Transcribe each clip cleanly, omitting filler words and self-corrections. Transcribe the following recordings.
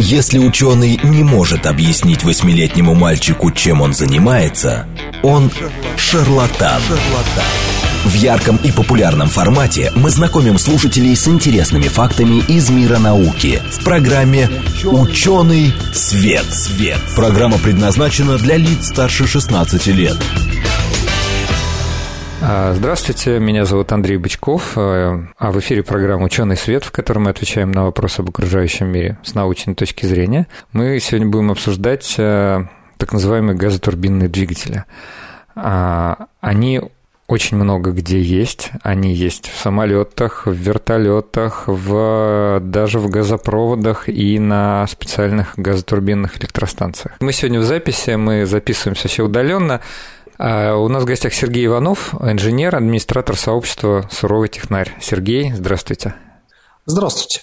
Если ученый не может объяснить 8-летнему мальчику, чем он занимается, он шарлатан. В ярком и популярном формате мы знакомим слушателей с интересными фактами из мира науки в программе «Ученый свет». Программа предназначена для лиц старше 16 лет. Здравствуйте, меня зовут Андрей Бычков, а в эфире программа «Ученый свет», в которой мы отвечаем на вопросы об окружающем мире с научной точки зрения. Мы сегодня будем обсуждать так называемые газотурбинные двигатели. Они очень много где есть. Они есть в самолетах, в вертолетах, даже в газопроводах и на специальных газотурбинных электростанциях. Мы сегодня в записи, мы записываемся все удаленно. У нас в гостях Сергей Иванов, инженер, администратор сообщества «Суровый технарь». Сергей, здравствуйте. Здравствуйте.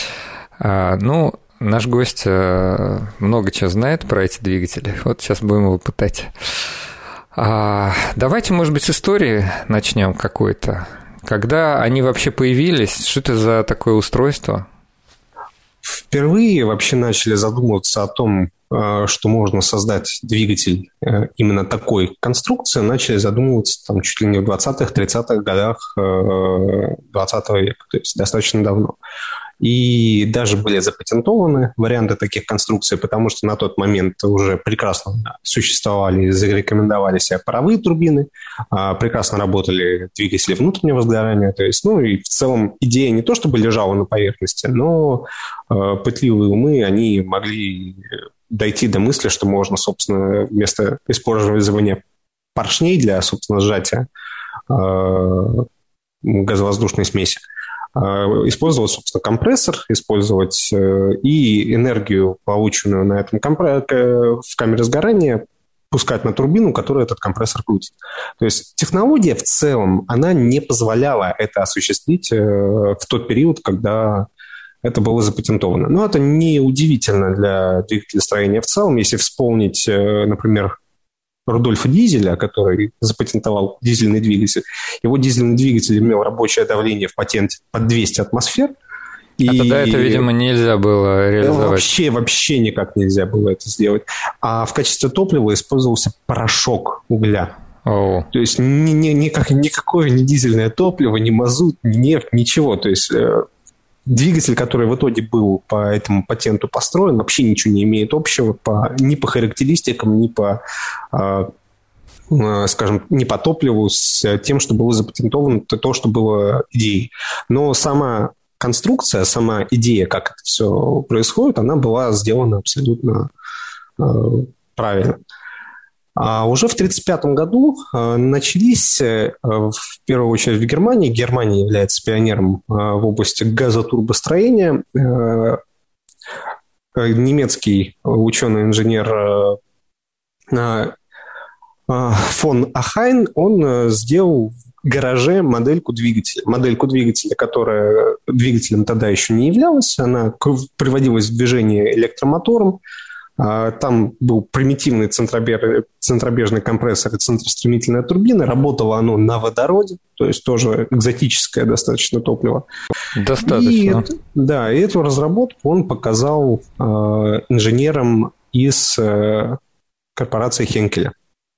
Наш гость много чего знает про эти двигатели. Вот сейчас будем его пытать. Давайте, может быть, с истории начнем какой-то. Когда они вообще появились? Что это за такое устройство? Впервые вообще начали задумываться о том, что можно создать двигатель именно такой конструкции, начали задумываться там, чуть ли не в 20-х, 30-х годах 20 века, то есть достаточно давно. И даже были запатентованы варианты таких конструкций, потому что на тот момент уже прекрасно существовали и зарекомендовали себя паровые турбины, прекрасно работали двигатели внутреннего сгорания. То есть, и в целом идея не то чтобы лежала на поверхности, но пытливые умы, они могли дойти до мысли, что можно, собственно, вместо использования поршней для, собственно, сжатия газовоздушной смеси, использовать, собственно, компрессор, использовать и энергию, полученную на этом в камере сгорания, пускать на турбину, которая этот компрессор крутит. То есть технология в целом, она не позволяла это осуществить в тот период, когда это было запатентовано. Но это не удивительно для двигателестроения в целом. Если вспомнить, например, Рудольфа Дизеля, который запатентовал дизельный двигатель. Его дизельный двигатель имел рабочее давление в патенте под 200 атмосфер. А тогда это, видимо, нельзя было реализовать. Вообще никак нельзя было это сделать. А в качестве топлива использовался порошок угля. То есть никакое не дизельное топливо, ни мазут, ни нефть, ничего. То есть двигатель, который в итоге был по этому патенту построен, вообще ничего не имеет общего ни по характеристикам, ни по топливу с тем, что было запатентовано, то, что было идеей. Но сама конструкция, сама идея, как это все происходит, она была сделана абсолютно правильно. А уже в 1935 году начались, в первую очередь в Германии, Германия является пионером в области газотурбостроения, немецкий ученый-инженер фон Ахайн, он сделал в гараже модельку двигателя, которая двигателем тогда еще не являлась, она приводилась в движение электромотором. Там был примитивный центробежный компрессор и центростремительная турбина. Работало оно на водороде, то есть тоже экзотическое достаточно топливо. Достаточно. И эту разработку он показал инженерам из корпорации Хенкеля.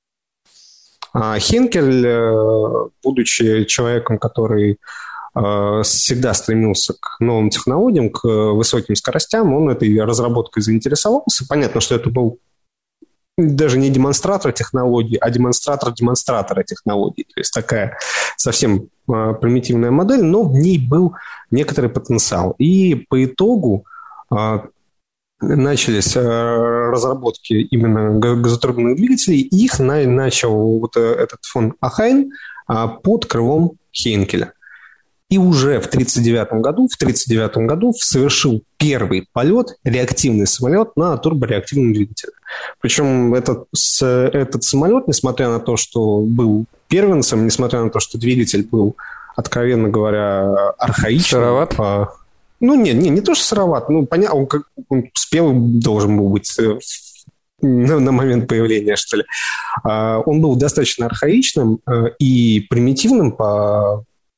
Хенкель, будучи человеком, который всегда стремился к новым технологиям, к высоким скоростям, он этой разработкой заинтересовался. Понятно, что это был даже не демонстратор технологий, а демонстратор демонстратора технологий. То есть такая совсем примитивная модель, но в ней был некоторый потенциал. И по итогу начались разработки именно газотурбинных двигателей, и их начал этот фон Ахайн под крылом Хенкеля. И уже в 1939 году совершил первый полет реактивный самолет на турбореактивном двигателе. Причем этот самолет, несмотря на то, что был первенцем, несмотря на то, что двигатель был, откровенно говоря, архаичным. Сыроват? Не то, что сыроват. Понятно, он спелый должен был быть на момент появления, что ли. Он был достаточно архаичным и примитивным по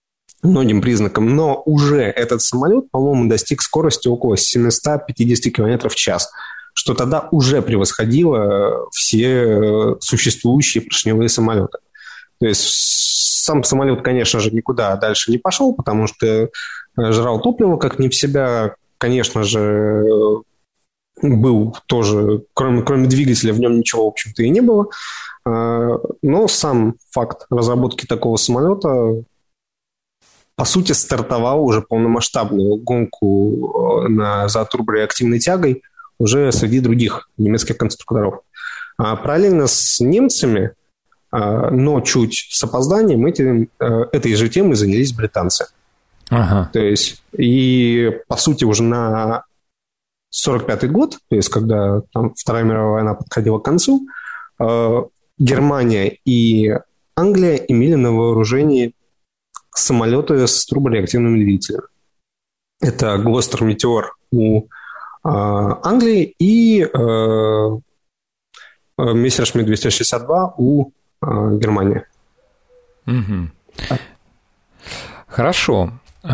многим признакам, но уже этот самолет, по-моему, достиг скорости около 750 км в час, что тогда уже превосходило все существующие поршневые самолеты. То есть сам самолет, конечно же, никуда дальше не пошел, потому что жрал топливо как не в себя. Конечно же, был тоже, кроме двигателя, в нем ничего, в общем-то, и не было. Но сам факт разработки такого самолета, по сути, стартовал уже полномасштабную гонку за турбореактивной тягой уже среди других немецких конструкторов. Параллельно с немцами, но чуть с опозданием, этой же темой занялись британцы. Ага. То есть, и, по сути, уже на 1945 год, то есть, когда там Вторая мировая война подходила к концу, Германия и Англия имели на вооружении самолеты с турбореактивными двигателями. Это Глостер Метеор у Англии и Мессершмитт 262 у Германии. Угу. Хорошо.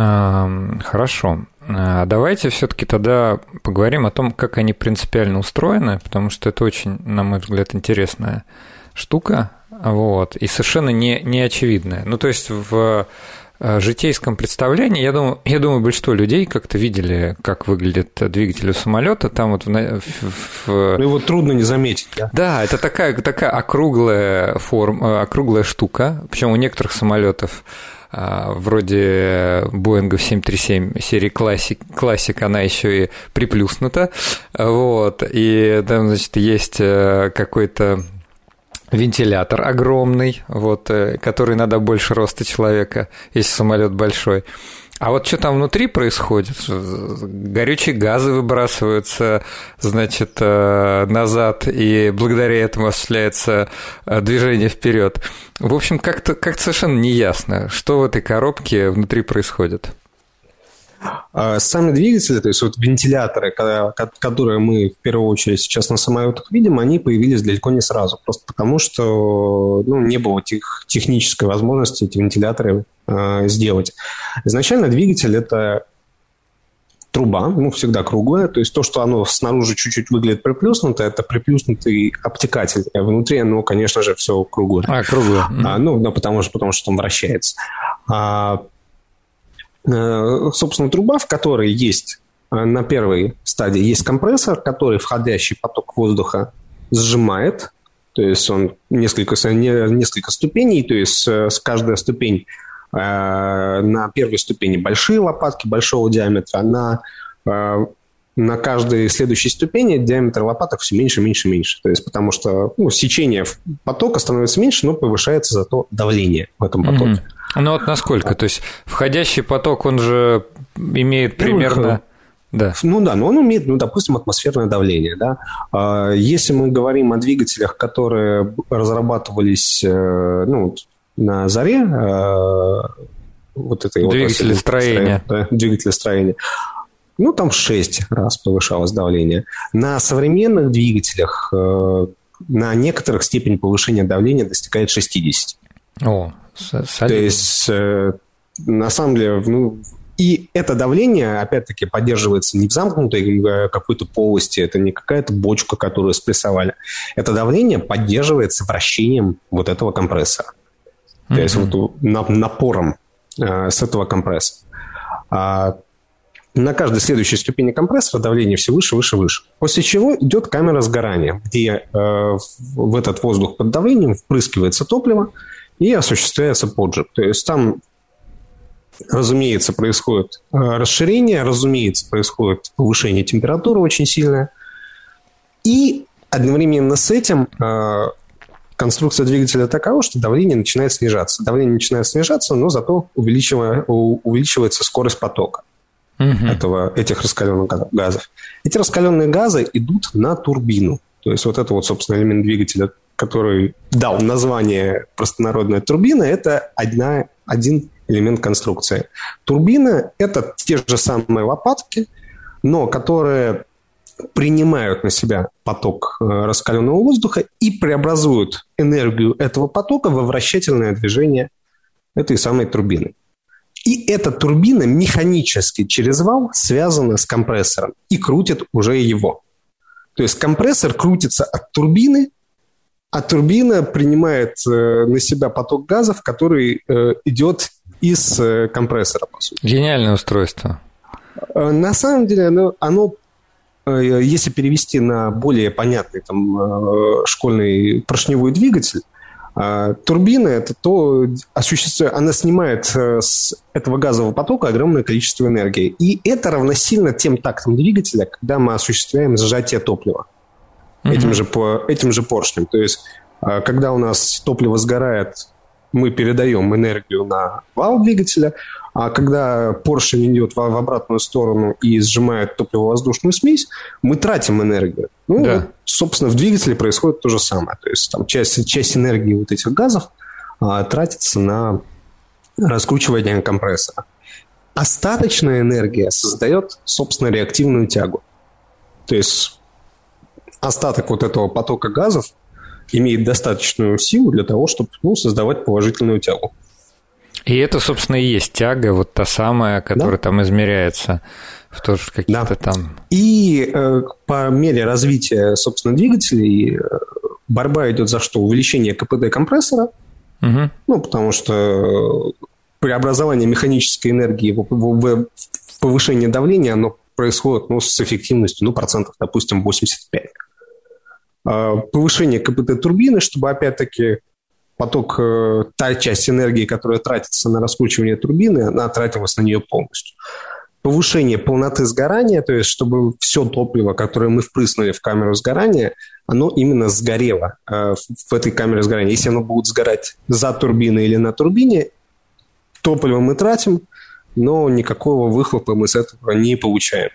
Давайте все-таки тогда поговорим о том, как они принципиально устроены, потому что это очень, на мой взгляд, интересная штука, вот, и совершенно не очевидная. Ну, то есть в житейском представлении, я думаю, большинство людей как-то видели, как выглядит двигатель у самолета. Там вот его трудно не заметить. Да, это такая округлая штука, причем у некоторых самолетов вроде Боинга 737 серии Classic, она еще и приплюснута, вот, и там, значит, есть какой-то вентилятор огромный, вот, который надо больше роста человека, если самолет большой. А вот что там внутри происходит? Горючие газы выбрасываются, значит, назад, и благодаря этому осуществляется движение вперед. В общем, как-то совершенно неясно, что в этой коробке внутри происходит. Сами двигатели, то есть вот вентиляторы, которые мы в первую очередь сейчас на самолетах видим, они появились далеко не сразу, просто потому что не было технической возможности эти вентиляторы сделать. Изначально двигатель – это труба, всегда круглая, то есть то, что оно снаружи чуть-чуть выглядит приплюснуто, это приплюснутый обтекатель, а внутри оно, конечно же, все круглое. Круглое. Потому что там вращается. Собственно, труба, в которой есть на первой стадии есть компрессор, который входящий поток воздуха сжимает, то есть он несколько ступеней, то есть с каждой ступень на первой ступени большие лопатки большого диаметра, на каждой следующей ступени диаметр лопаток все меньше, меньше, меньше. То есть потому что сечение потока становится меньше, но повышается зато давление в этом потоке. Ну вот насколько? То есть входящий поток, он же имеет примерно... Да. Но он имеет, допустим, атмосферное давление. Да? Если мы говорим о двигателях, которые разрабатывались на заре, двигателестроения, там 6 раз повышалось давление. На современных двигателях на некоторых степень повышения давления достигает 60. О, солидно. То есть, на самом деле, и это давление, опять-таки, поддерживается не в замкнутой какой-то полости, это не какая-то бочка, которую спрессовали. Это давление поддерживается вращением вот этого компрессора. То есть, напором с этого компрессора. На каждой следующей ступени компрессора давление все выше, выше, выше. После чего идет камера сгорания, где в этот воздух под давлением впрыскивается топливо и осуществляется поджиг. То есть там, разумеется, происходит расширение, разумеется, происходит повышение температуры очень сильное. И одновременно с этим конструкция двигателя такова, что давление начинает снижаться. Давление начинает снижаться, но зато увеличивается скорость потока этих раскаленных газов. Эти раскаленные газы идут на турбину. То есть вот это вот, собственно, элемент двигателя, который дал название простонародная турбина, это один элемент конструкции. Турбина – это те же самые лопатки, но которые принимают на себя поток раскаленного воздуха и преобразуют энергию этого потока во вращательное движение этой самой турбины. И эта турбина механически через вал связана с компрессором и крутит уже его. То есть компрессор крутится от турбины, а турбина принимает на себя поток газов, который идет из компрессора, по сути. Гениальное устройство. На самом деле, оно, если перевести на более понятный там, школьный поршневой двигатель, турбина – это то, она снимает с этого газового потока огромное количество энергии. И это равносильно тем тактам двигателя, когда мы осуществляем сжатие топлива этим же поршнем. То есть, когда у нас топливо сгорает, мы передаем энергию на вал двигателя, а когда поршень идет в обратную сторону и сжимает топливо-воздушную смесь, мы тратим энергию. Вот, собственно, в двигателе происходит то же самое. То есть там часть энергии вот этих газов тратится на раскручивание компрессора. Остаточная энергия создает, собственно, реактивную тягу. То есть остаток вот этого потока газов имеет достаточную силу для того, чтобы создавать положительную тягу. И это, собственно, и есть тяга, вот та самая, которая там измеряется в тоже каких-то там... И по мере развития, собственно, двигателей борьба идет за что? Увеличение КПД компрессора, потому что преобразование механической энергии в повышение давления, оно происходит с эффективностью, процентов, допустим, 85. Повышение КПД турбины, чтобы, опять-таки, поток, та часть энергии, которая тратится на раскручивание турбины, она тратилась на нее полностью. Повышение полноты сгорания, то есть чтобы все топливо, которое мы впрыснули в камеру сгорания, оно именно сгорело в этой камере сгорания. Если оно будет сгорать за турбиной или на турбине, топливо мы тратим, но никакого выхлопа мы с этого не получаем.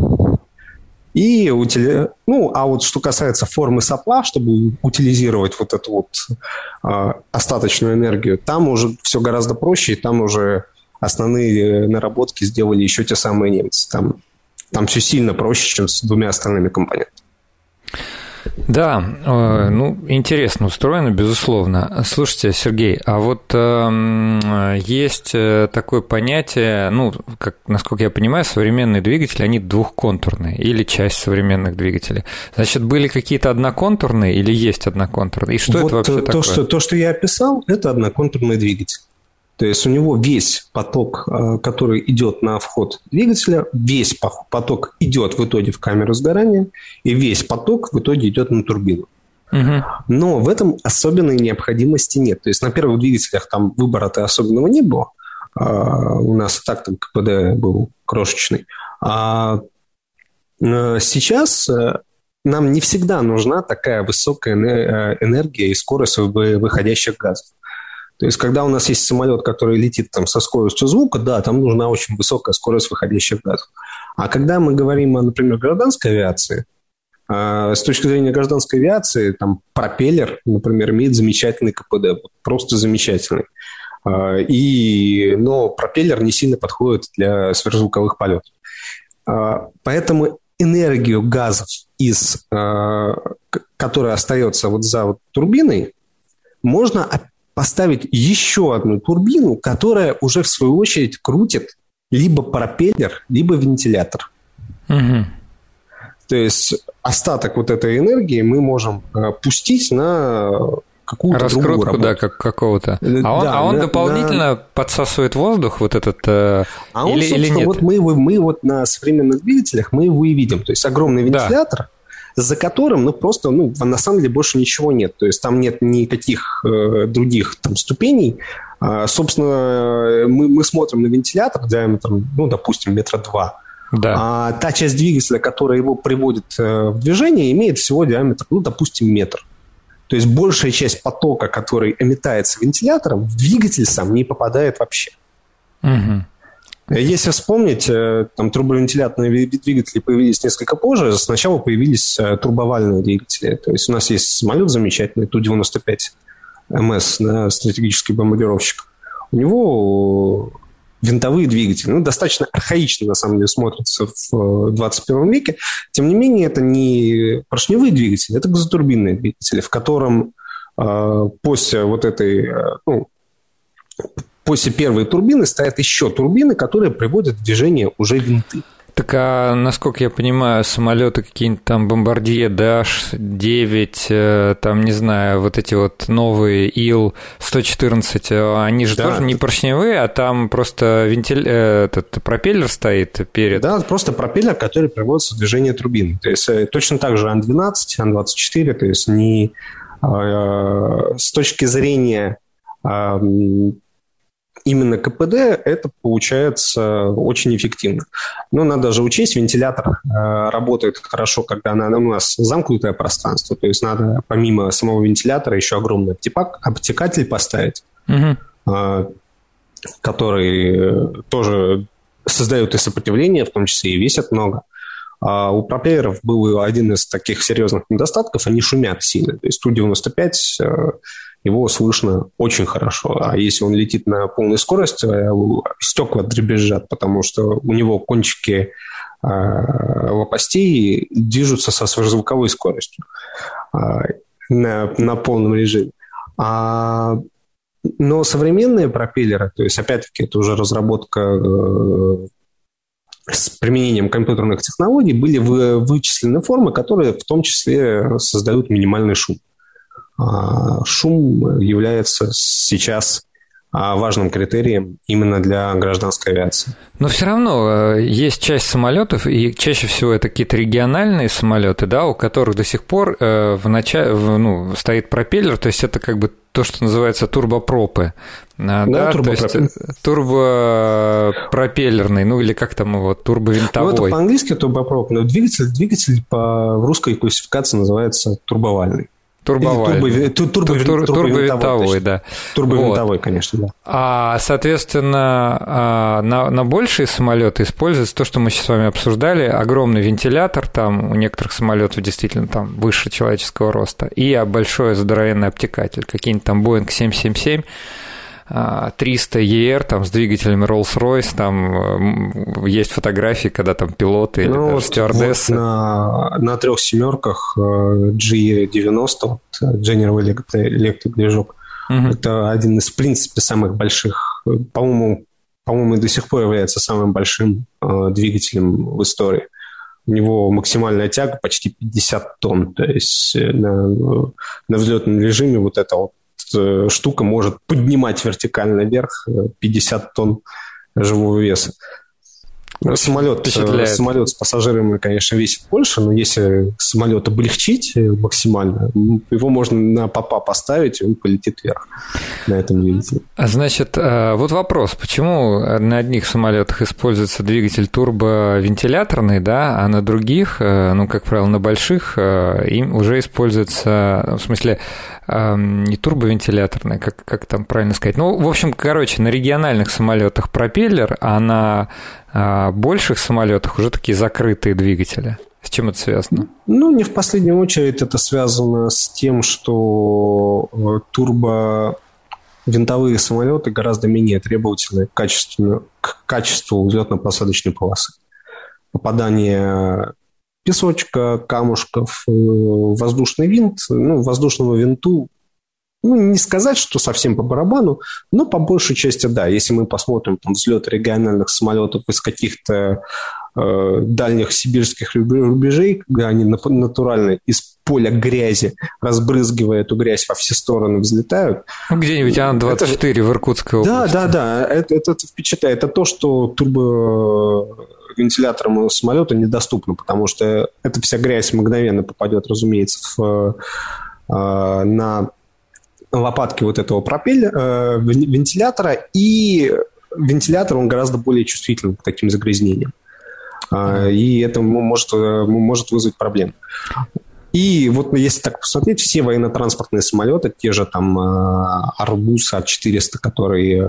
И а вот что касается формы сопла, чтобы утилизировать вот эту вот остаточную энергию, там уже все гораздо проще, и там уже основные наработки сделали еще те самые немцы. Там все сильно проще, чем с двумя остальными компонентами. Да, интересно устроено, безусловно. Слушайте, Сергей, а вот есть такое понятие, насколько я понимаю, современные двигатели, они двухконтурные, или часть современных двигателей. Значит, были какие-то одноконтурные или есть одноконтурные? И что это вообще такое? То, что я описал, это одноконтурный двигатель. То есть у него весь поток, который идет на вход двигателя, весь поток идет в итоге в камеру сгорания, и весь поток в итоге идет на турбину. Но в этом особенной необходимости нет. То есть на первых двигателях там выбора-то особенного не было. У нас так там КПД был крошечный. А сейчас нам не всегда нужна такая высокая энергия и скорость выходящих газов. То есть, когда у нас есть самолет, который летит там со скоростью звука, да, там нужна очень высокая скорость выходящих газов. А когда мы говорим о, например, гражданской авиации, с точки зрения гражданской авиации, там пропеллер, например, имеет замечательный КПД, просто замечательный. Но пропеллер не сильно подходит для сверхзвуковых полетов. Поэтому энергию газов, которая остается вот за турбиной, можно поставить еще одну турбину, которая уже, в свою очередь, крутит либо пропеллер, либо вентилятор. То есть остаток вот этой энергии мы можем пустить на какую-то другую работу. Раскрутку, какого-то. А он дополнительно подсасывает воздух, вот этот, или нет? Вот мы вот на современных двигателях мы его и видим. То есть огромный вентилятор, за которым, на самом деле больше ничего нет. То есть там нет никаких других там ступеней. Собственно, мы смотрим на вентилятор диаметром, допустим, 2 метра. Да. А та часть двигателя, которая его приводит в движение, имеет всего диаметр, допустим, 1 метр. То есть большая часть потока, который эмитается вентилятором, в двигатель сам не попадает вообще. Если вспомнить, там турбовентиляторные двигатели появились несколько позже. Сначала появились турбовальные двигатели. То есть у нас есть самолет замечательный, Ту-95МС, стратегический бомбардировщик. У него винтовые двигатели. Достаточно архаично, на самом деле, смотрятся в 21 веке. Тем не менее, это не поршневые двигатели, это газотурбинные двигатели, в котором после вот этой... после первой турбины стоят еще турбины, которые приводят в движение уже винты. Так, а насколько я понимаю, самолеты какие-нибудь там Бомбардье Dash-9, там, не знаю, вот эти вот новые Ил-114, они же тоже не поршневые, а там просто этот пропеллер стоит перед... Да, просто пропеллер, который приводится в движение турбины. То есть точно так же Ан-12, Ан-24, то есть не с точки зрения именно КПД это получается очень эффективно. Но надо же учесть, вентилятор работает хорошо, когда у нас замкнутое пространство. То есть надо помимо самого вентилятора еще огромный обтекатель поставить, который тоже создает и сопротивление, в том числе и весит много. А у пропеллеров был один из таких серьезных недостатков, они шумят сильно. То есть Ту-95 его слышно очень хорошо. А если он летит на полной скорости, стекла дребезжат, потому что у него кончики лопастей движутся со сверхзвуковой скоростью на полном режиме. Но современные пропеллеры, то есть, опять-таки, это уже разработка с применением компьютерных технологий, были вычислены формы, которые в том числе создают минимальный шум. Шум является сейчас важным критерием именно для гражданской авиации. Но все равно есть часть самолетов, и чаще всего это какие-то региональные самолеты, да, у которых до сих пор стоит пропеллер, то есть это как бы то, что называется турбопропы. Да, то есть турбопропеллерный, или как там его, турбовинтовой. Это по-английски турбопроп, но двигатель в русской классификации называется турбовальный. Турбовинтовой, да. Турбовинтовой, конечно, да. Соответственно, на большие самолеты используется то, что мы сейчас с вами обсуждали, огромный вентилятор, там у некоторых самолетов действительно там выше человеческого роста, и большой здоровенный обтекатель, какие-нибудь там Boeing 777, 300 ER там, с двигателями Rolls-Royce, там есть фотографии, когда там пилоты или даже стюардессы. На 3 семерках GE90, General Electric движок, это один из, в принципе, самых больших, по-моему, и до сих пор является самым большим двигателем в истории. У него максимальная тяга почти 50 тонн, то есть на взлетном режиме вот это вот штука может поднимать вертикально вверх 50 тонн живого веса. Самолет с пассажирами, конечно, весит больше, но если самолет облегчить максимально, его можно на попа поставить, и он полетит вверх на этом двигателе. Значит, вот вопрос, почему на одних самолетах используется двигатель турбовентиляторный, да, а на других, как правило, на больших, им уже используется, в смысле, не турбовентиляторный, как там правильно сказать. В общем, на региональных самолетах пропеллер, а на больших самолетах уже такие закрытые двигатели. С чем это связано? Не в последнюю очередь это связано с тем, что турбовинтовые самолеты гораздо менее требовательны к качеству взлетно-посадочной полосы. Попадание песочка, камушков, воздушный винт. Воздушному винту не сказать, что совсем по барабану, но по большей части да. Если мы посмотрим взлеты региональных самолетов из каких-то дальних сибирских рубежей, когда они натурально из поля грязи, разбрызгивая эту грязь во все стороны, взлетают. Где-нибудь Ан-24 в Иркутской области. Да. Это впечатляет. Это то, что турбовентиляторам самолета недоступно, потому что эта вся грязь мгновенно попадет, разумеется, на лопатки вот этого вентилятора, и вентилятор, он гораздо более чувствителен к таким загрязнениям. И это может вызвать проблемы. И вот если так посмотреть, все военно-транспортные самолеты, те же там Арбус А400, которые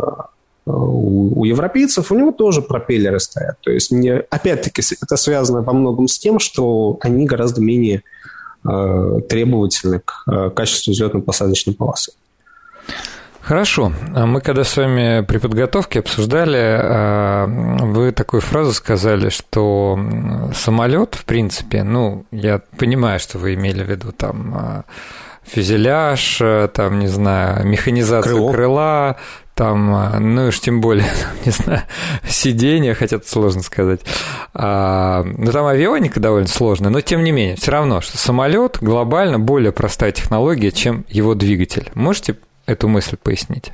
у европейцев, у него тоже пропеллеры стоят. То есть, опять-таки, это связано во многом с тем, что они гораздо менее требовательны к качеству взлетно-посадочной полосы. Хорошо. Мы когда с вами при подготовке обсуждали, вы такую фразу сказали, что самолет, в принципе, я понимаю, что вы имели в виду там фюзеляж, там, не знаю, механизация крыла, там, ну уж тем более, не знаю, сиденья, хотя это сложно сказать. Ну, там авионика довольно сложная, но тем не менее, все равно, что самолет глобально более простая технология, чем его двигатель. Можете эту мысль пояснить?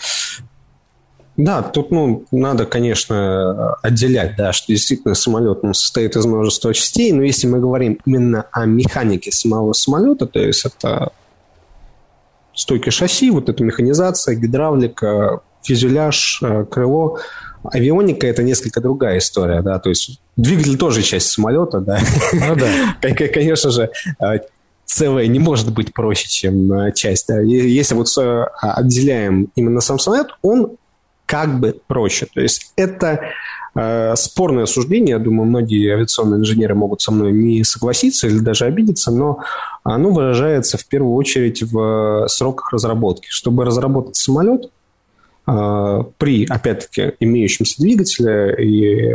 Да, тут надо, конечно, отделять, да, что действительно самолет состоит из множества частей, но если мы говорим именно о механике самого самолета, то есть это стойки шасси, вот эта механизация, гидравлика, фюзеляж, крыло. Авионика – это несколько другая история, да, то есть двигатель тоже часть самолета, да. Ну да. Конечно же, целое не может быть проще, чем часть, да. Если вот отделяем именно сам самолет, он как бы проще. То есть это спорное суждение, я думаю, многие авиационные инженеры могут со мной не согласиться или даже обидеться, но оно выражается в первую очередь в сроках разработки. Чтобы разработать самолет при, опять-таки, имеющемся двигателе и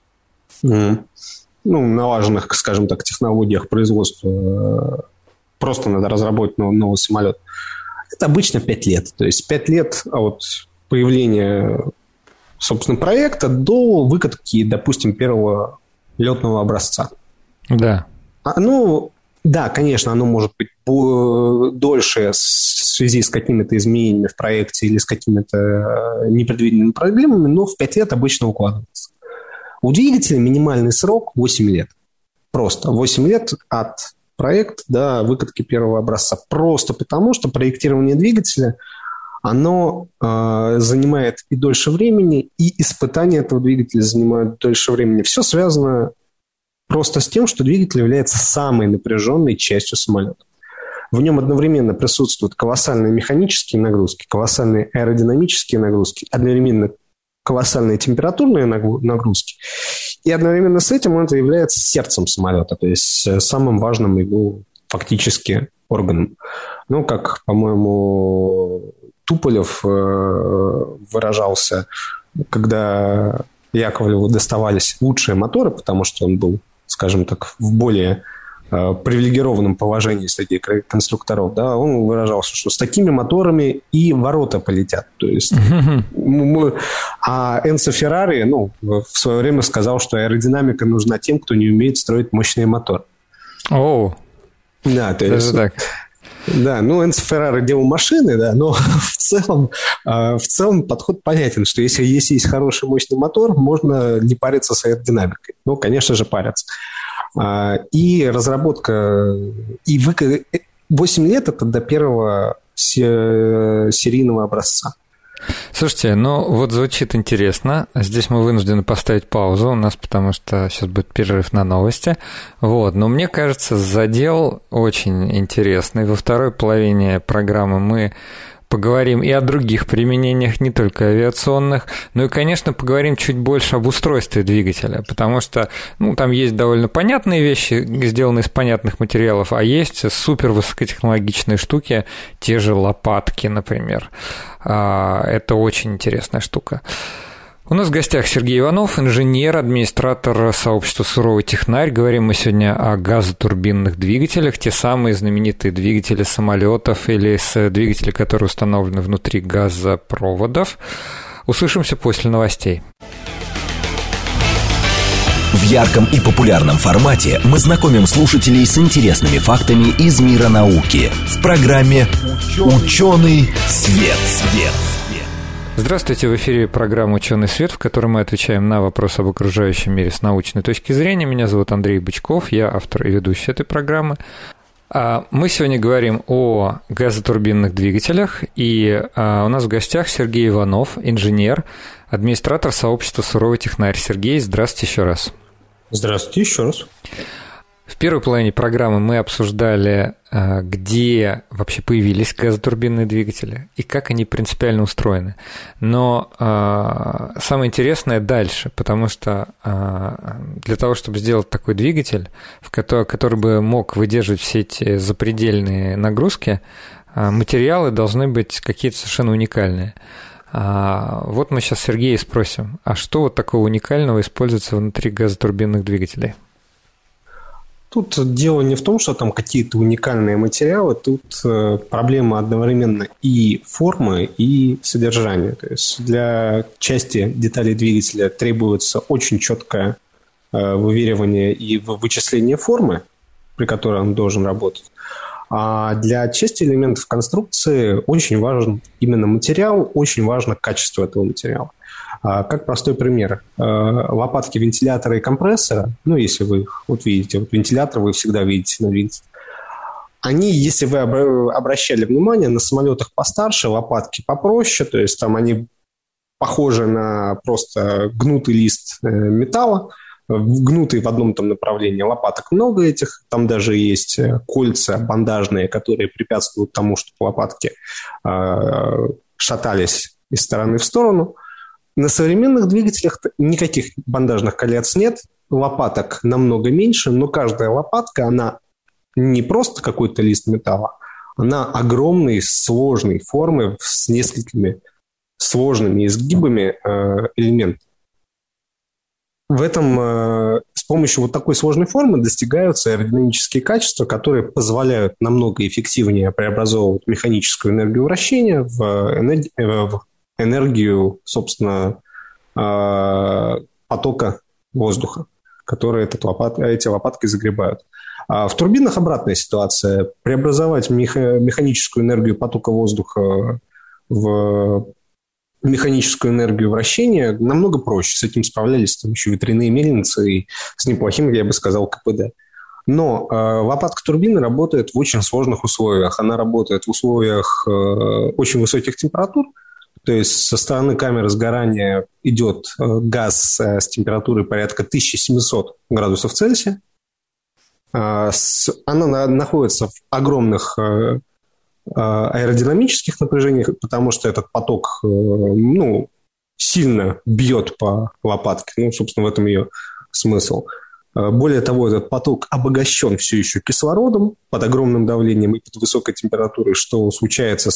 налаженных, скажем так, технологиях производства, просто надо разработать новый самолет, это обычно 5 лет. То есть 5 лет от появления, собственно, проекта до выкатки, допустим, первого летного образца. Да. Да, конечно, оно может быть дольше в связи с какими-то изменениями в проекте или с какими-то непредвиденными проблемами, но в 5 лет обычно укладывается. У двигателя минимальный срок 8 лет. Просто 8 лет от проекта до выкатки первого образца. Просто потому, что проектирование двигателя оно занимает и дольше времени, и испытания этого двигателя занимают дольше времени. Все связано просто с тем, что двигатель является самой напряженной частью самолета. В нем одновременно присутствуют колоссальные механические нагрузки, колоссальные аэродинамические нагрузки, одновременно колоссальные температурные нагрузки. И одновременно с этим это является сердцем самолета, то есть самым важным его фактически органом. Как, по-моему, Туполев выражался, когда Яковлеву доставались лучшие моторы, потому что он был, скажем так, в более привилегированном положении среди конструкторов, да, он выражался, что с такими моторами и ворота полетят. То есть, а Энцо Феррари, в свое время сказал, что аэродинамика нужна тем, кто не умеет строить мощные моторы. Да, то есть... так. Да, Энцо Феррари делал машины, да, но в целом подход понятен, что если есть хороший мощный мотор, можно не париться с аэродинамикой. Конечно же, париться. И разработка... 8 лет – это до первого серийного образца. Слушайте, вот звучит интересно. Здесь мы вынуждены поставить паузу у нас, потому что сейчас будет перерыв на новости. Но мне кажется, задел очень интересный. Во второй половине программы мы поговорим и о других применениях, не только авиационных, но и, конечно, поговорим чуть больше об устройстве двигателя, потому что, там есть довольно понятные вещи, сделанные из понятных материалов, а есть супер высокотехнологичные штуки, те же лопатки, например. Это очень интересная штука. У нас в гостях Сергей Иванов, инженер, администратор сообщества «Суровый технарь». Говорим мы сегодня о газотурбинных двигателях, те самые знаменитые двигатели самолетов или двигатели, которые установлены внутри газопроводов. Услышимся после новостей. В ярком и популярном формате мы знакомим слушателей с интересными фактами из мира науки в программе «Ученый свет». Здравствуйте, в эфире программа «Ученый свет», в которой мы отвечаем на вопросы об окружающем мире с научной точки зрения. Меня зовут Андрей Бычков, я автор и ведущий этой программы. Мы сегодня говорим о газотурбинных двигателях, и у нас в гостях Сергей Иванов, инженер, администратор сообщества «Суровый технарь». Сергей, здравствуйте еще раз. Здравствуйте еще раз. В первой половине программы мы обсуждали, где вообще появились газотурбинные двигатели и как они принципиально устроены. Но самое интересное дальше, потому что для того, чтобы сделать такой двигатель, который бы мог выдерживать все эти запредельные нагрузки, материалы должны быть какие-то совершенно уникальные. Вот мы сейчас Сергея спросим, а что вот такого уникального используется внутри газотурбинных двигателей? Тут дело не в том, что там какие-то уникальные материалы, тут проблема одновременно и формы, и содержания. То есть для части деталей двигателя требуется очень четкое выверивание и вычисление формы, при которой он должен работать. А для части элементов конструкции очень важен именно материал, очень важно качество этого материала. Как простой пример. Лопатки вентилятора и компрессора, ну, если вы их вот видите, вот вентилятор вы всегда видите на двигателе, они, если вы обращали внимание, на самолетах постарше лопатки попроще, то есть там они похожи на просто гнутый лист металла, гнутый в одном там направлении. Лопаток много этих, там даже есть кольца бандажные, которые препятствуют тому, чтобы лопатки шатались из стороны в сторону. На современных двигателях никаких бандажных колец нет, лопаток намного меньше, но каждая лопатка, она не просто какой-то лист металла, она огромной, сложной формы с несколькими сложными изгибами элементов. В этом с помощью вот такой сложной формы достигаются аэродинамические качества, которые позволяют намного эффективнее преобразовывать механическую энергию вращения в энергию, собственно, потока воздуха, который эти лопатки загребают. А в турбинах обратная ситуация. Преобразовать механическую энергию потока воздуха в механическую энергию вращения намного проще. С этим справлялись там еще ветряные мельницы и с неплохим, я бы сказал, КПД. Но лопатка турбины работает в очень сложных условиях. Она работает в условиях очень высоких температур. То есть со стороны камеры сгорания идет газ с температурой порядка 1700 градусов Цельсия. Она находится в огромных аэродинамических напряжениях, потому что этот поток сильно бьет по лопатке. Собственно, в этом ее смысл. Более того, этот поток обогащен все еще кислородом под огромным давлением и под высокой температурой, что случается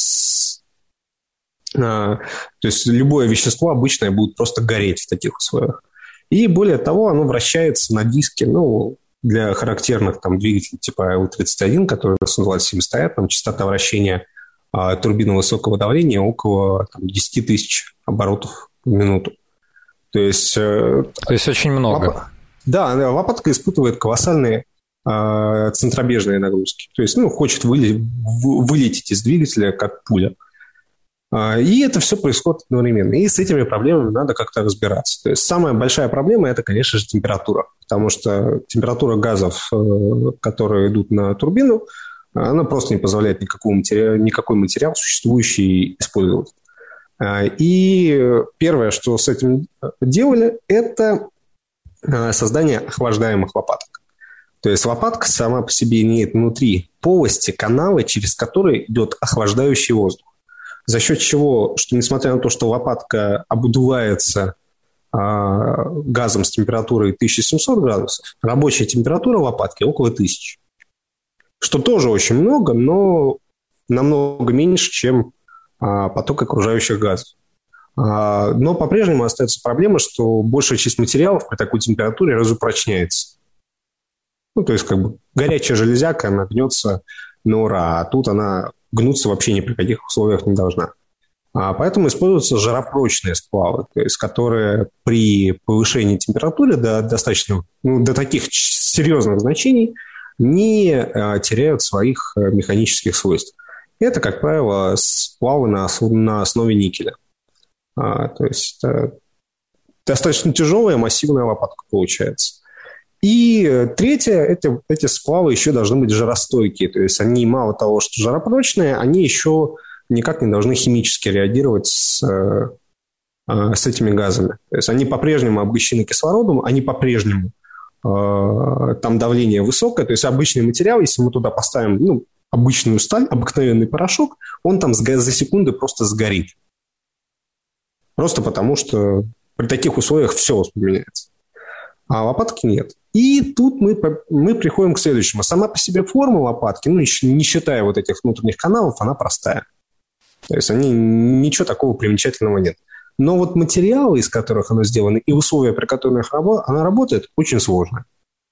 то есть любое вещество обычное будет просто гореть в таких условиях. И более того, оно вращается на диске, для характерных там двигателей типа АУ-31, который называется 70, там частота вращения турбины высокого давления около 10 тысяч оборотов в минуту. То есть очень много. Да, лопатка испытывает колоссальные центробежные нагрузки. То есть хочет вылететь из двигателя как пуля. И это все происходит одновременно. И с этими проблемами надо как-то разбираться. То есть самая большая проблема – это, конечно же, температура. Потому что температура газов, которые идут на турбину, она просто не позволяет никакой материал существующий использовать. И первое, что с этим делали, это создание охлаждаемых лопаток. То есть лопатка сама по себе имеет внутри полости, каналы, через которые идет охлаждающий воздух. За счет чего, что несмотря на то, что лопатка обдувается газом с температурой 1700 градусов, рабочая температура лопатки около 1000. Что тоже очень много, но намного меньше, чем поток окружающих газов. Но по-прежнему остается проблема, что большая часть материалов при такой температуре разупрочняется. То есть горячая железяка, она гнется на ура, а тут она гнуться вообще ни при каких условиях не должна. Поэтому используются жаропрочные сплавы, то есть которые при повышении температуры до таких серьезных значений не теряют своих механических свойств. Это, как правило, сплавы на основе никеля. То есть достаточно тяжелая, массивная лопатка получается. И третье, эти сплавы еще должны быть жаростойкие. То есть они мало того, что жаропрочные, они еще никак не должны химически реагировать с этими газами. То есть они по-прежнему обогащены кислородом, они по-прежнему там давление высокое. То есть обычный материал, если мы туда поставим обычную сталь, обыкновенный порошок, он там за секунды просто сгорит. Просто потому, что при таких условиях все воспламеняется. А лопатки нет. И тут мы приходим к следующему. Сама по себе форма лопатки, не считая вот этих внутренних каналов, она простая. То есть ничего такого примечательного нет. Но вот материалы, из которых она сделана, и условия, при которых она работает, очень сложные.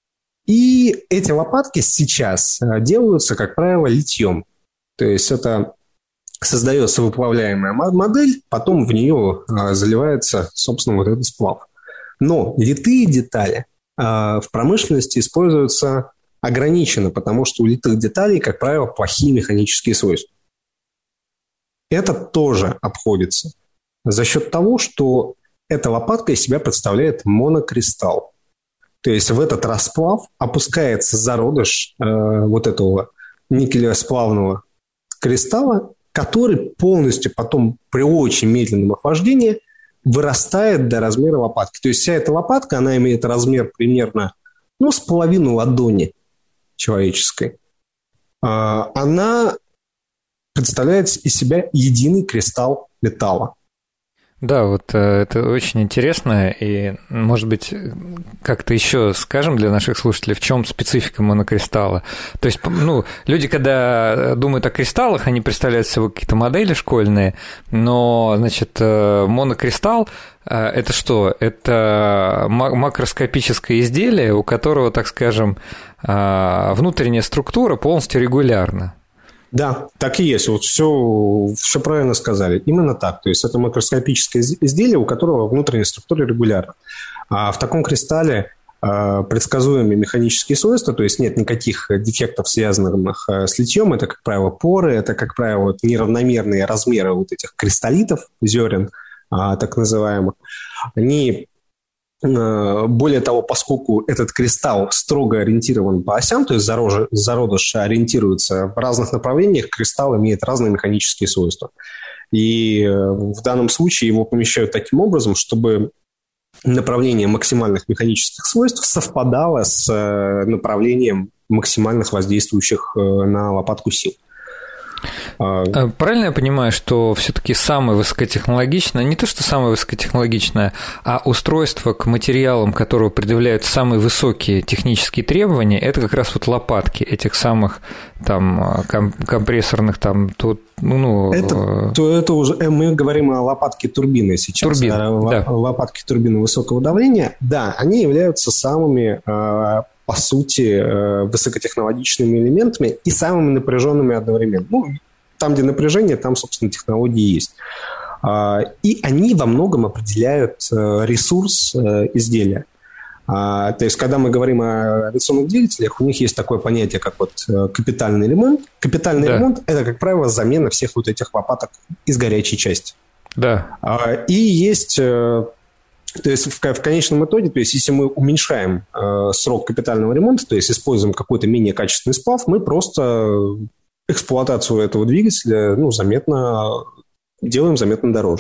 И эти лопатки сейчас делаются, как правило, литьем. То есть это создается выплавляемая модель, потом в нее заливается, собственно, вот этот сплав. Но литые детали в промышленности используются ограниченно, потому что у литых деталей, как правило, плохие механические свойства. Это тоже обходится за счет того, что эта лопатка из себя представляет монокристалл. То есть в этот расплав опускается зародыш вот этого никелево-сплавного кристалла, который полностью потом при очень медленном охлаждении вырастает до размера лопатки. То есть вся эта лопатка, она имеет размер примерно с половину ладони человеческой. Она представляет из себя единый кристалл металла. Да, вот это очень интересно, и, может быть, как-то еще скажем для наших слушателей, в чем специфика монокристалла. То есть, люди, когда думают о кристаллах, они представляют себе какие-то модели школьные, но, значит, монокристалл – это что? Это макроскопическое изделие, у которого, так скажем, внутренняя структура полностью регулярна. Да, так и есть. Вот все правильно сказали. Именно так. То есть это макроскопическое изделие, у которого внутренняя структура регулярна. А в таком кристалле предсказуемые механические свойства, то есть нет никаких дефектов, связанных с литьем. Это, как правило, поры, это, как правило, неравномерные размеры вот этих кристаллитов, зерен, так называемых. Они... Более того, поскольку этот кристалл строго ориентирован по осям, то есть зародыш ориентируется в разных направлениях, кристалл имеет разные механические свойства. И в данном случае его помещают таким образом, чтобы направление максимальных механических свойств совпадало с направлением максимальных воздействующих на лопатку сил. Правильно я понимаю, что все-таки самое высокотехнологичное, не то что самое высокотехнологичное, а устройство к материалам, которые предъявляют самые высокие технические требования, это как раз вот лопатки этих самых там компрессорных там тут, это уже мы говорим о лопатке турбины сейчас. Да. Лопатки турбины высокого давления, да, они являются самыми по сути, высокотехнологичными элементами и самыми напряженными одновременно. Там, где напряжение, там, собственно, технологии есть. И они во многом определяют ресурс изделия. То есть, когда мы говорим о авиационных двигателях, у них есть такое понятие, как вот капитальный ремонт. Капитальный ремонт – это, как правило, замена всех вот этих лопаток из горячей части. Да. И есть... То есть в конечном итоге, то есть если мы уменьшаем срок капитального ремонта, то есть используем какой-то менее качественный сплав, мы просто эксплуатацию этого двигателя делаем заметно дороже.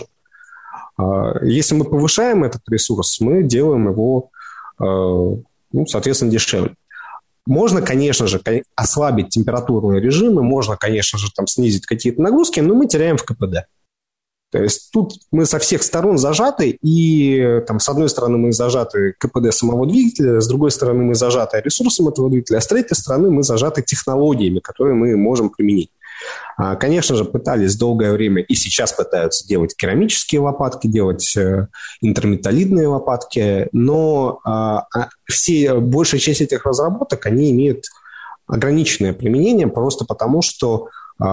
Если мы повышаем этот ресурс, мы делаем его, соответственно, дешевле. Можно, конечно же, ослабить температурные режимы, можно, конечно же, снизить какие-то нагрузки, но мы теряем в КПД. То есть тут мы со всех сторон зажаты, и с одной стороны мы зажаты КПД самого двигателя, с другой стороны мы зажаты ресурсом этого двигателя, а с третьей стороны мы зажаты технологиями, которые мы можем применить. Конечно же, пытались долгое время и сейчас пытаются делать керамические лопатки, делать интерметаллидные лопатки, но большая часть этих разработок, они имеют ограниченное применение просто потому, что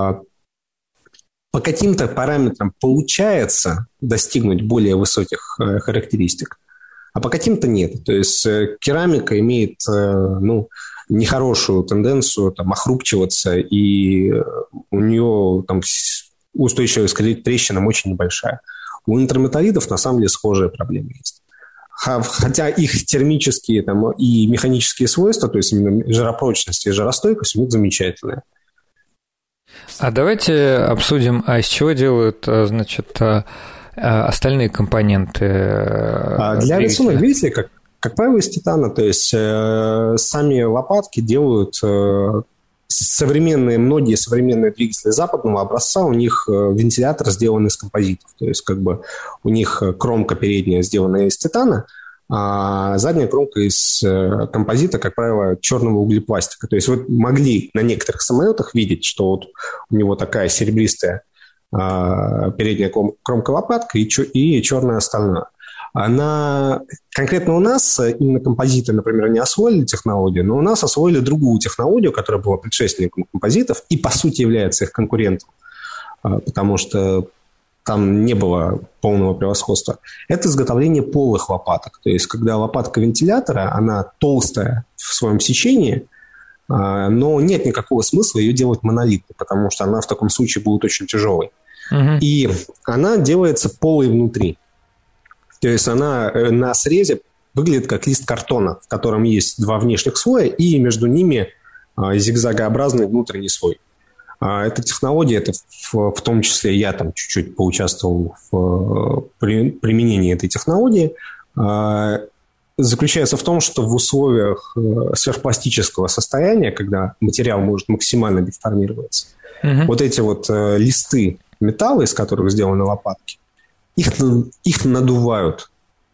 по каким-то параметрам получается достигнуть более высоких характеристик, а по каким-то нет. То есть керамика имеет нехорошую тенденцию охрупчиваться, и у нее устойчивость к трещинам очень небольшая. У интерметаллидов на самом деле схожие проблемы есть. Хотя их термические и механические свойства, то есть именно жиропрочность и жиростойкость, у них замечательные. А давайте обсудим, из чего делают, остальные компоненты. Для авиационных двигателей, как правило, из титана. То есть сами лопатки делают многие современные двигатели западного образца, у них вентилятор сделан из композитов. То есть у них кромка передняя сделана из титана, а задняя кромка из композита, как правило, черного углепластика. То есть вы могли на некоторых самолетах видеть, что вот у него такая серебристая передняя кромка лопатка и черная остальная. Конкретно у нас именно композиты, например, не освоили технологию, но у нас освоили другую технологию, которая была предшественником композитов и, по сути, является их конкурентом, потому что там не было полного превосходства. Это изготовление полых лопаток. То есть, когда лопатка вентилятора, она толстая в своем сечении, но нет никакого смысла ее делать монолитной, потому что она в таком случае будет очень тяжелой. И она делается полой внутри. То есть, она на срезе выглядит как лист картона, в котором есть два внешних слоя, и между ними зигзагообразный внутренний слой. Эта технология, это в том числе я там чуть-чуть поучаствовал в применении этой технологии, заключается в том, что в условиях сверхпластического состояния, когда материал может максимально деформироваться, вот эти вот листы металла, из которых сделаны лопатки, их надувают.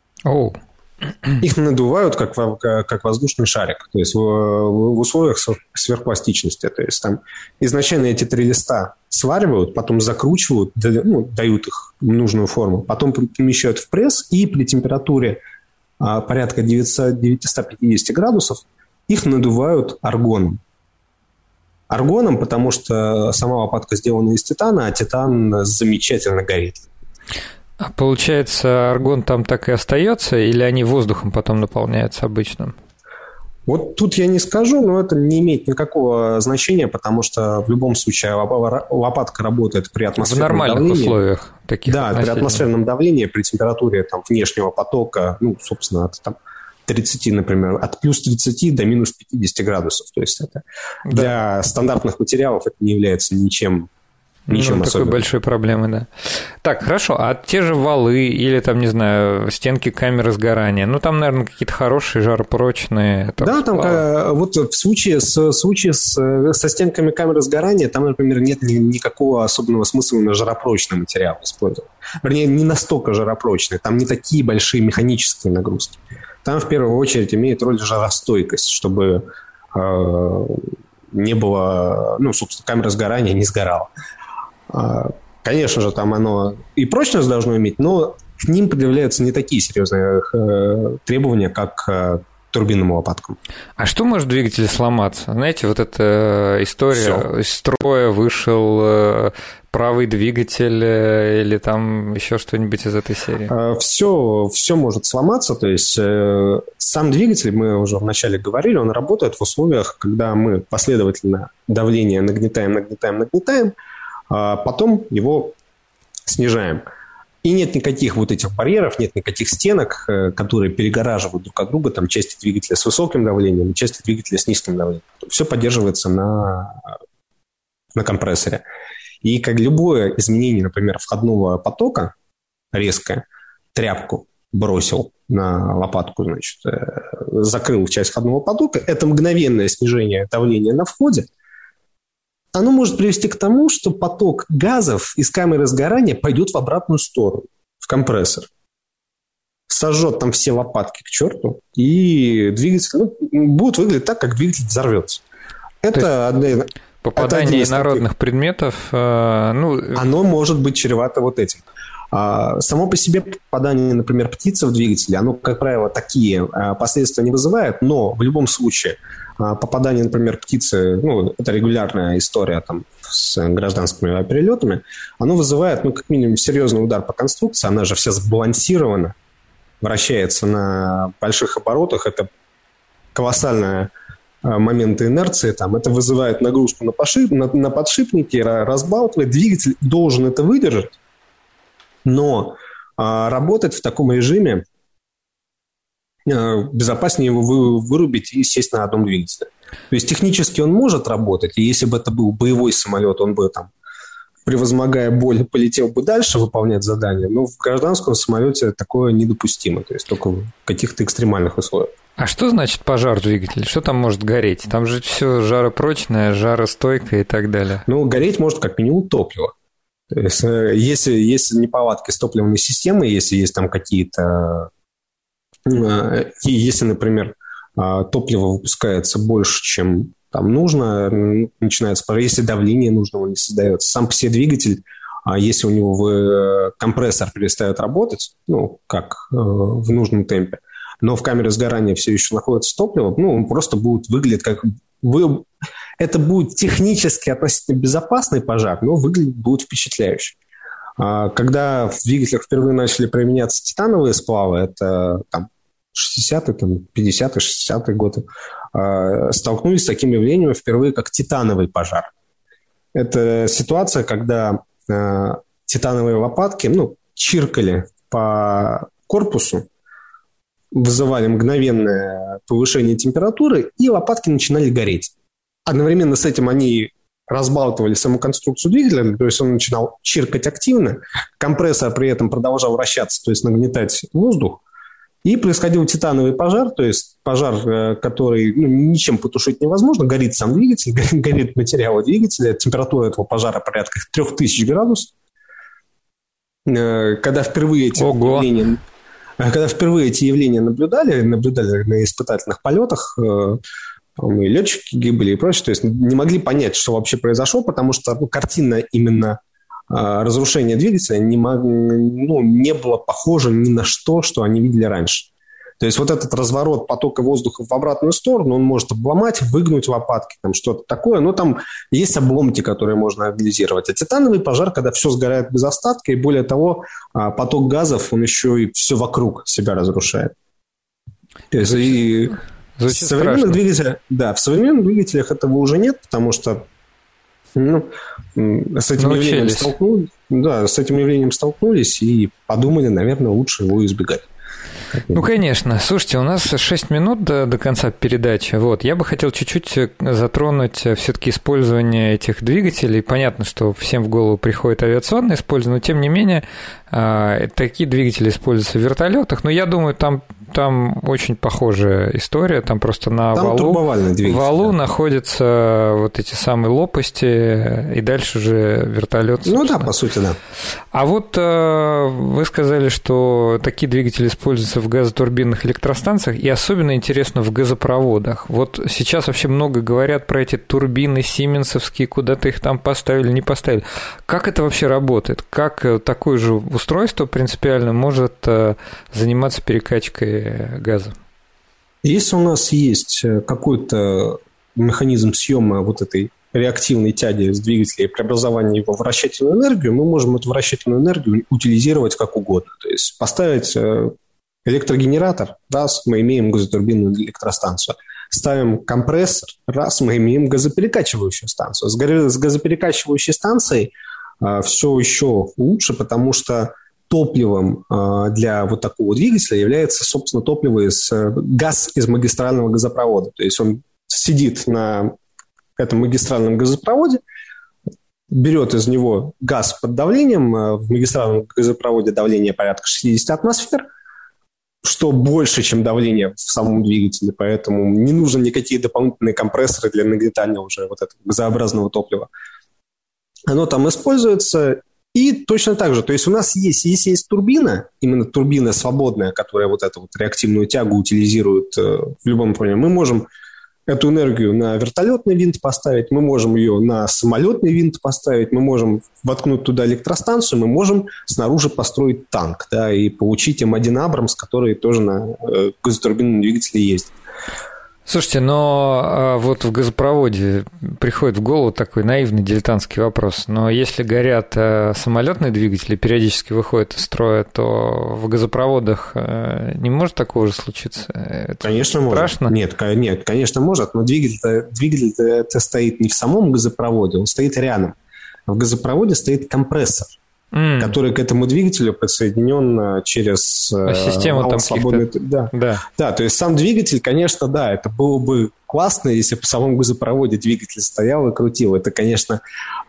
Их надувают, как воздушный шарик, то есть в условиях сверхпластичности. То есть там изначально эти 3 листа сваривают, потом закручивают, дают их нужную форму, потом помещают в пресс, и при температуре порядка 950 градусов их надувают аргоном. Аргоном, потому что сама лопатка сделана из титана, а титан замечательно горит. А получается, аргон там так и остается, или они воздухом потом наполняются обычным? Вот тут я не скажу, но это не имеет никакого значения, потому что в любом случае лопатка работает при атмосферном давлении. В нормальных условиях таких. Да, при атмосферном давлении, при температуре там, внешнего потока, собственно, от 30, например, от плюс 30 до минус 50 градусов. То есть это для стандартных материалов это не является ничем такой большой проблемы, да. Так, хорошо, а те же валы или там, не знаю, стенки камеры сгорания, там, наверное, какие-то хорошие, жаропрочные. Да, там вот в случае со стенками камеры сгорания, там, например, нет никакого особенного смысла на жаропрочный материал использовать. Вернее, не настолько жаропрочный, там не такие большие механические нагрузки. Там, в первую очередь, имеет роль жаростойкость, чтобы не было, собственно, камера сгорания не сгорала. Конечно же, там оно и прочность должно иметь, но к ним предъявляются не такие серьезные требования, как к турбинным лопаткам. А что может в двигателе сломаться? Знаете, вот эта история, из строя вышел правый двигатель или там еще что-нибудь из этой серии? Все может сломаться, то есть сам двигатель, мы уже вначале говорили, он работает в условиях, когда мы последовательно давление нагнетаем, потом его снижаем. И нет никаких вот этих барьеров, нет никаких стенок, которые перегораживают друг от друга там, части двигателя с высоким давлением и части двигателя с низким давлением. Все поддерживается на компрессоре. И как любое изменение, например, входного потока резкое, тряпку бросил на лопатку, значит, закрыл часть входного потока, это мгновенное снижение давления на входе, оно может привести к тому, что поток газов из камеры сгорания пойдет в обратную сторону, в компрессор. Сожжет там все лопатки к черту, и двигатель будет выглядеть так, как двигатель взорвется. Это попадание инородных предметов... Оно может быть чревато вот этим. Само по себе попадание, например, птицы в двигатель, оно, как правило, такие последствия не вызывает, но в любом случае попадание, например, птицы, это регулярная история там, с гражданскими авиаперелетами, оно вызывает, как минимум, серьезный удар по конструкции, она же вся сбалансирована, вращается на больших оборотах, это колоссальные моменты инерции, там, это вызывает нагрузку на подшипники, разбалтывает, двигатель должен это выдержать, но работать в таком режиме безопаснее его вырубить и сесть на одном двигателе. То есть технически он может работать, и если бы это был боевой самолет, он бы там, превозмогая боль, полетел бы дальше выполнять задания, но в гражданском самолете такое недопустимо, то есть только в каких-то экстремальных условиях. А что значит пожар в двигателе? Что там может гореть? Там же все жаропрочное, жаростойкое и так далее. Гореть может как минимум топливо. То есть, если неполадки с топливной системой, если есть там какие-то... Если, например, топливо выпускается больше, чем там нужно, начинается пожар, если давление нужного не создается. Сам по себе двигатель А если у него компрессор перестает работать, как в нужном темпе, но в камере сгорания все еще находится топливо, он просто будет выглядеть как... Это будет технически относительно безопасный пожар, но выглядеть будет впечатляюще. Когда в двигателях впервые начали применяться титановые сплавы, это 60-е, 50-е, 60-е годы, столкнулись с таким явлением впервые, как титановый пожар. Это ситуация, когда титановые лопатки чиркали по корпусу, вызывали мгновенное повышение температуры, и лопатки начинали гореть. Одновременно с этим они разбалтывали саму конструкцию двигателя, то есть он начинал чиркать активно, компрессор при этом продолжал вращаться, то есть нагнетать воздух, и происходил титановый пожар, то есть пожар, который ничем потушить невозможно, горит сам двигатель, горит материал двигателя, температура этого пожара порядка 3000 градусов. Когда впервые эти явления наблюдали на испытательных полетах, и летчики гибли и прочее, то есть не могли понять, что вообще произошло, потому что картина именно разрушения двигателя не была похожа ни на что они видели раньше. То есть вот этот разворот потока воздуха в обратную сторону, он может обломать, выгнуть лопатки, что-то такое, но там есть обломки, которые можно анализировать. А титановый пожар, когда все сгорает без остатка, и более того, поток газов, он еще и все вокруг себя разрушает. То есть в современных двигателях этого уже нет, потому что с этим явлением столкнулись и подумали, наверное, лучше его избегать. Конечно. Слушайте, у нас 6 минут до конца передачи. Я бы хотел чуть-чуть затронуть все-таки использование этих двигателей. Понятно, что всем в голову приходит авиационное использование, но тем не менее такие двигатели используются в вертолетах. Но я думаю, там очень похожая история. Там просто на валу находятся вот эти самые лопасти, и дальше же вертолет. По сути, да. А вы сказали, что такие двигатели используются в газотурбинных электростанциях, и особенно интересно в газопроводах. Сейчас вообще много говорят про эти турбины сименсовские, куда-то их там поставили, не поставили. Как это вообще работает? Как такое же устройство принципиально может заниматься перекачкой газа? Если у нас есть какой-то механизм съема вот этой реактивной тяги с двигателя и преобразования его в вращательную энергию, мы можем эту вращательную энергию утилизировать как угодно. То есть поставить электрогенератор, раз, мы имеем газотурбинную электростанцию. Ставим компрессор, раз, мы имеем газоперекачивающую станцию. С газоперекачивающей станцией все еще лучше, потому что топливом для вот такого двигателя является, собственно, газ из магистрального газопровода. То есть он сидит на этом магистральном газопроводе, берет из него газ под давлением. В магистральном газопроводе давление порядка 60 атмосфер, что больше, чем давление в самом двигателе, поэтому не нужны никакие дополнительные компрессоры для нагнетания уже вот этого газообразного топлива. Оно там используется, и точно так же, то есть у нас если есть турбина, именно турбина свободная, которая вот эту реактивную тягу утилизирует в любом направлении, мы можем эту энергию на вертолетный винт поставить, мы можем ее на самолетный винт поставить, мы можем воткнуть туда электростанцию, мы можем снаружи построить танк, и получить М1 Абрамс, который тоже на газотурбинном двигателе ездит. Слушайте, но в газопроводе приходит в голову такой наивный дилетантский вопрос. Но если горят самолетные двигатели, периодически выходят из строя, то в газопроводах не может такого же случиться? Это конечно, страшно? Может. Нет, конечно, может, но двигатель стоит не в самом газопроводе, он стоит рядом. В газопроводе стоит компрессор, который к этому двигателю подсоединен через систему там свободной... Да, то есть сам двигатель, конечно, это было бы классно, если бы в самом газопроводе двигатель стоял и крутил. Это, конечно,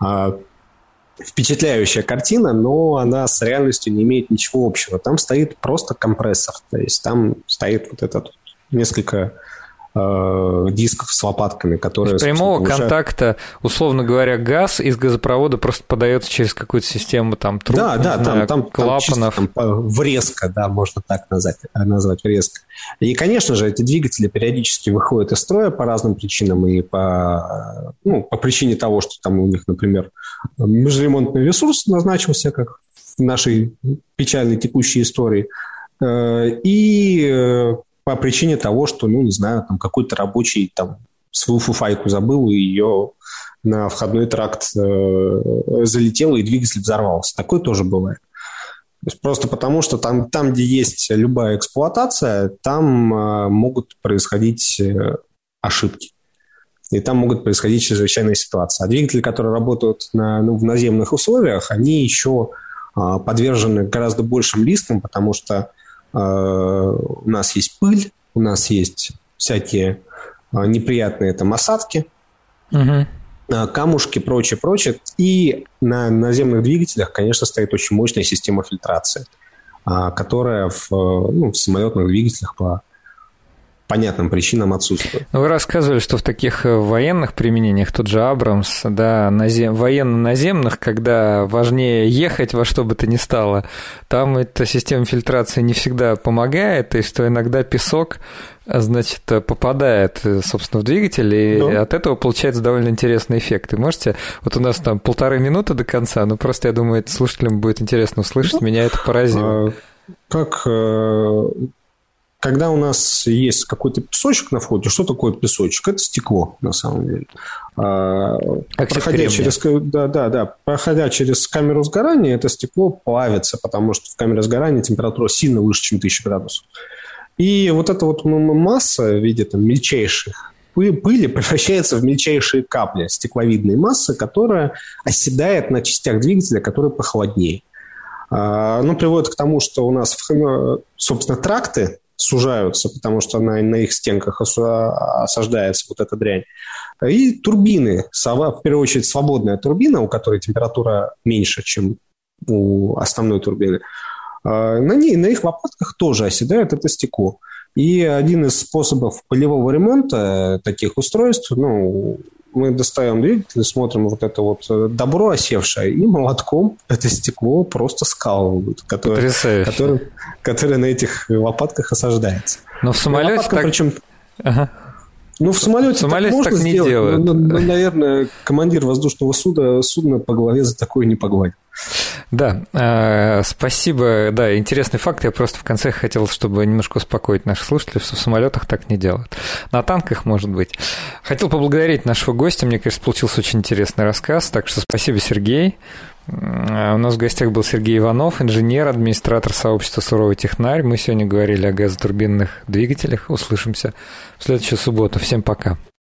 впечатляющая картина, но она с реальностью не имеет ничего общего. Там стоит просто компрессор, то есть там стоит вот этот несколько дисков с лопатками, которые... Из прямого контакта, условно говоря, газ из газопровода просто подается через какую-то систему там труб, там клапанов. Там врезка, да, можно так назвать врезка. И, конечно же, эти двигатели периодически выходят из строя по разным причинам, и по причине того, что там у них, например, межремонтный ресурс назначился, как в нашей печальной текущей истории, и по причине того, что, там какой-то рабочий там свою фуфайку забыл, и ее на входной тракт залетело, и двигатель взорвался. Такое тоже бывает. То есть просто потому, что там, где есть любая эксплуатация, там могут происходить ошибки. И там могут происходить чрезвычайные ситуации. А двигатели, которые работают в наземных условиях, они еще подвержены гораздо большим рискам, потому что у нас есть пыль, у нас есть всякие неприятные там осадки, камушки, прочее. И на наземных двигателях, конечно, стоит очень мощная система фильтрации, которая в самолетных двигателях по понятным причинам отсутствует. Вы рассказывали, что в таких военных применениях, тот же Абрамс, да, военно-наземных, когда важнее ехать во что бы то ни стало, там эта система фильтрации не всегда помогает, и что иногда песок, значит, попадает, собственно, в двигатель, и от этого получается довольно интересный эффект. И можете, вот у нас там 1,5 минуты до конца, но просто, я думаю, слушателям будет интересно услышать, меня это поразило. Когда у нас есть какой-то песочек на входе, что такое песочек? Это стекло, на самом деле. Проходя через камеру сгорания, это стекло плавится, потому что в камере сгорания температура сильно выше, чем 1000 градусов. И вот эта вот масса в виде там мельчайших пыли превращается в мельчайшие капли стекловидной массы, которая оседает на частях двигателя, которые похолоднее. Приводит к тому, что у нас, собственно, тракты сужаются, потому что на их стенках осаждается вот эта дрянь. И турбины, в первую очередь свободная турбина, у которой температура меньше, чем у основной турбины, на их лопатках тоже оседает это стекло. И один из способов полевого ремонта таких устройств, мы достаем двигатель, смотрим вот это вот добро осевшее, и молотком это стекло просто скалывают, которое на этих лопатках осаждается. Но в самолете так... Причем... в самолете так не делают. Наверное, командир воздушного судна по голове за такое не погладит. Да, спасибо. Да, интересный факт. Я просто в конце хотел, чтобы немножко успокоить наших слушателей, что в самолетах так не делают. На танках, может быть. Хотел поблагодарить нашего гостя. Мне, конечно, получился очень интересный рассказ. Так что спасибо, Сергей. У нас в гостях был Сергей Иванов, инженер, администратор сообщества «Суровый технарь». Мы сегодня говорили о газотурбинных двигателях. Услышимся в следующую субботу. Всем пока.